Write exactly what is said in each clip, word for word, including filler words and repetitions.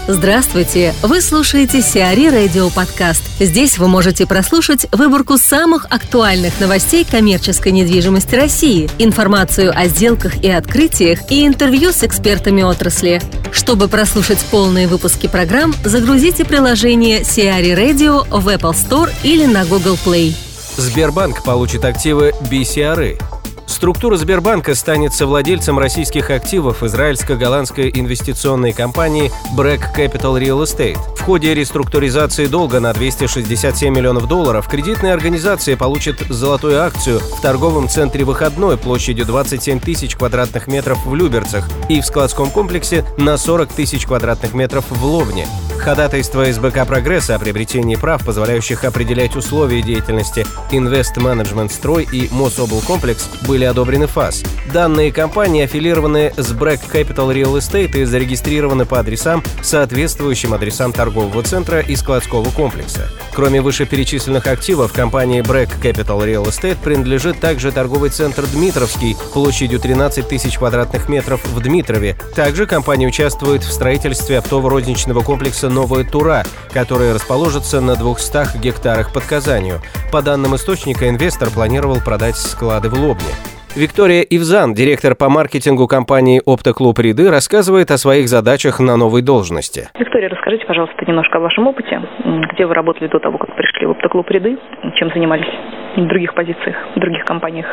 Здравствуйте! Вы слушаете Сиари Радио Подкаст. Здесь вы можете прослушать выборку самых актуальных новостей коммерческой недвижимости России, информацию о сделках и открытиях и интервью с экспертами отрасли. Чтобы прослушать полные выпуски программ, загрузите приложение Сиари Radio в Apple Store или на Google Play. Сбербанк получит активы би си ар эй. Структура Сбербанка станет совладельцем российских активов израильско-голландской инвестиционной компании Breck Capital Real Estate. В ходе реструктуризации долга на двести шестьдесят семь миллионов долларов кредитная организация получит золотую акцию в торговом центре «Выходной» площадью двадцать семь тысяч квадратных метров в Люберцах и в складском комплексе на сорок тысяч квадратных метров в Лобне. Ходатайство эс бэ ка «Прогресс» о приобретении прав, позволяющих определять условия деятельности Invest Management Строй и Мособлкомплекс, были одобрены ФАС. Данные компании аффилированы с Breck Capital Real Estate и зарегистрированы по адресам, соответствующим адресам торгового центра и складского комплекса. Кроме вышеперечисленных активов, компании Breck Capital Real Estate принадлежит также торговый центр «Дмитровский» площадью тринадцать тысяч квадратных метров в Дмитрове. Также компания участвует в строительстве оптово-розничного комплекса «Новая Тура», который расположится на двухстах гектарах под Казанью. По данным источника, инвестор планировал продать склады в Лобне. Виктория Ивзан, директор по маркетингу компании «Оптоклуб Ряды», рассказывает о своих задачах на новой должности. Виктория, расскажите, пожалуйста, немножко о вашем опыте. Где вы работали до того, как пришли в «Оптоклуб Ряды»? Чем занимались в других позициях, в других компаниях?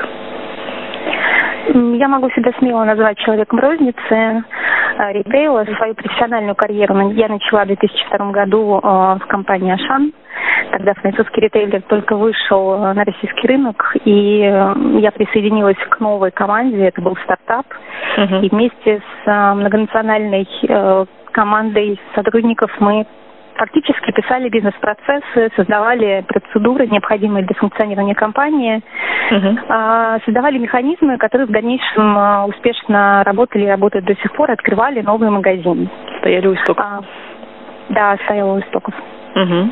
Я могу себя смело назвать человеком розницы, ритейла. Свою профессиональную карьеру я начала в две тысячи втором году в компании «Ашан». Тогда французский ритейлер только вышел на российский рынок, и я присоединилась к новой команде, это был стартап. Uh-huh. И вместе с многонациональной командой сотрудников мы фактически писали бизнес-процессы, создавали процедуры, необходимые для функционирования компании, uh-huh. создавали механизмы, которые в дальнейшем успешно работали и работают до сих пор, открывали новые магазины. Стояли у истоков. А, да, стояла у истоков. Uh-huh.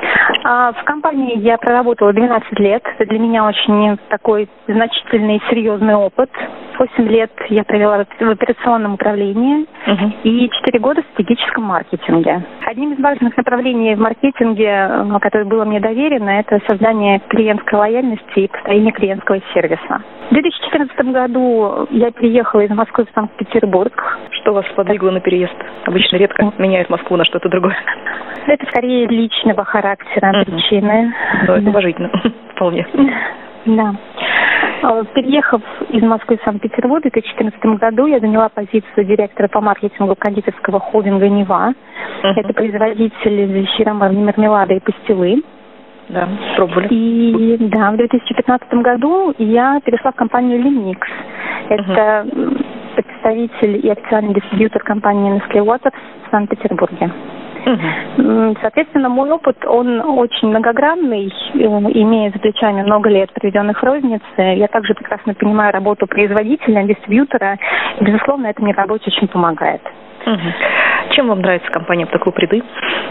А в компании я проработала двенадцать лет. Это для меня очень такой значительный и серьезный опыт. восемь лет я провела в операционном управлении uh-huh. и четыре года в стратегическом маркетинге. Одним из важных направлений в маркетинге, которое было мне доверено, это создание клиентской лояльности и построение клиентского сервиса. В две тысячи четырнадцатом году я переехала из Москвы в Санкт-Петербург. Что вас подвигло на переезд? Обычно редко меняют Москву на что-то другое. Это скорее личного характера uh-huh. причины. Да, это уважительно, вполне. Да. Переехав из Москвы в Санкт-Петербург в две тысячи четырнадцатом году, я заняла позицию директора по маркетингу кондитерского холдинга «Нева». Uh-huh. Это производитель зефира, мармелада и пастилы. Да, пробовали. И да, в две тысячи пятнадцатом году я перешла в компанию «Лимикс». Это uh-huh. представитель и официальный дистрибьютор компании Nestlé Waters в Санкт-Петербурге. Uh-huh. Соответственно, мой опыт, он очень многогранный, имея за плечами много лет, проведенных в рознице. Я также прекрасно понимаю работу производителя, дистрибьютора, и, безусловно, это мне в работе очень помогает. Uh-huh. Чем вам нравится компания «Оптоклуб Ряды»?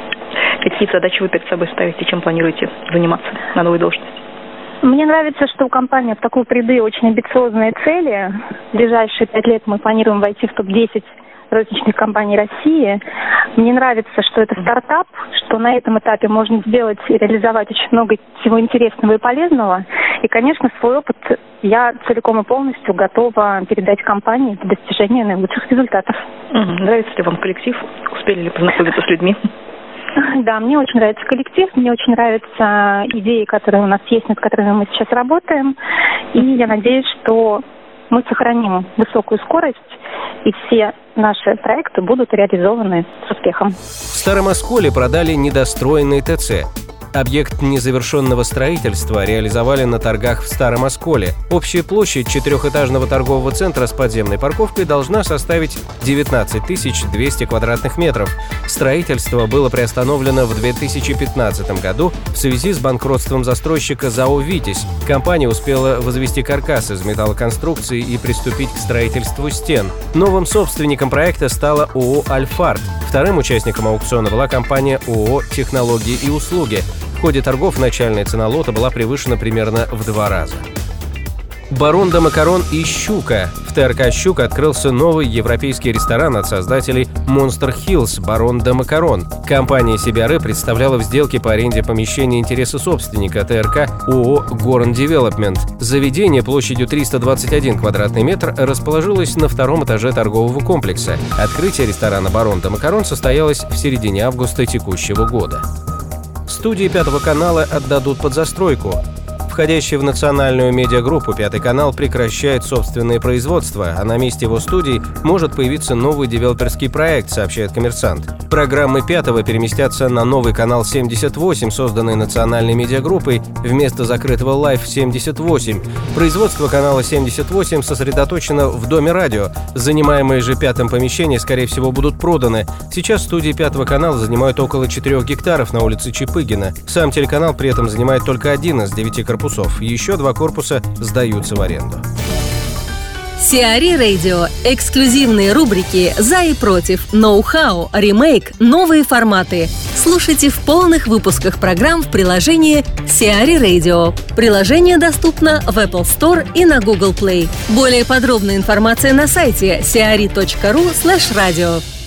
Какие задачи вы перед собой ставите, чем планируете заниматься на новой должности? Мне нравится, что у компании «Оптоклуб Ряды» очень амбициозные цели. В ближайшие пять лет мы планируем войти в топ десять розничных компаний России. Мне нравится, что это стартап, что на этом этапе можно сделать и реализовать очень много всего интересного и полезного. И, конечно, свой опыт я целиком и полностью готова передать компании для достижения наилучших результатов. Угу. Нравится ли вам коллектив? Успели ли познакомиться с людьми? Да, мне очень нравится коллектив, мне очень нравятся идеи, которые у нас есть, над которыми мы сейчас работаем. И я надеюсь, что мы сохраним высокую скорость, и все наши проекты будут реализованы с успехом. В Старом Осколе продали недостроенный ТЦ. Объект незавершенного строительства реализовали на торгах в Старом Осколе. Общая площадь четырехэтажного торгового центра с подземной парковкой должна составить девятнадцать тысяч двести квадратных метров. Строительство было приостановлено в две тысячи пятнадцатом году в связи с банкротством застройщика ЗАО «Витязь». Компания успела возвести каркас из металлоконструкции и приступить к строительству стен. Новым собственником проекта стала ООО «Альфард». Вторым участником аукциона была компания ООО «Технологии и услуги». В ходе торгов начальная цена лота была превышена примерно в два раза. Барон де Макарон и «Щука». В ТРК «Щука» открылся новый европейский ресторан от создателей Monster Hills «Барон де Макарон». Компания си би ар и представляла в сделке по аренде помещения интересы собственника ТРК ООО «Горн Девелопмент». Заведение площадью триста двадцать один квадратный метр расположилось на втором этаже торгового комплекса. Открытие ресторана «Барон де Макарон» состоялось в середине августа текущего года. Студии Пятого канала отдадут под застройку. Входящий в национальную медиагруппу «Пятый канал» прекращает собственное производство, а на месте его студий может появиться новый девелоперский проект, сообщает «Коммерсант». Программы «Пятого» переместятся на новый канал семьдесят восемь, созданный национальной медиагруппой, вместо закрытого Лайф семьдесят восемь. Производство канала семьдесят восемь сосредоточено в Доме радио. Занимаемые же «Пятым» помещения, скорее всего, будут проданы. Сейчас студии «Пятого канала» занимают около четырех гектаров на улице Чапыгина. Сам телеканал при этом занимает только один из девяти корпусов. Еще два корпуса сдаются в аренду. Сиари Radio. Эксклюзивные рубрики «За и против», «Ноу-хау», «Ремейк», «Новые форматы». Слушайте в полных выпусках программ в приложении Сиари Radio. Приложение доступно в Apple Store и на Google Play. Более подробная информация на сайте сиари точка ру слэш радио.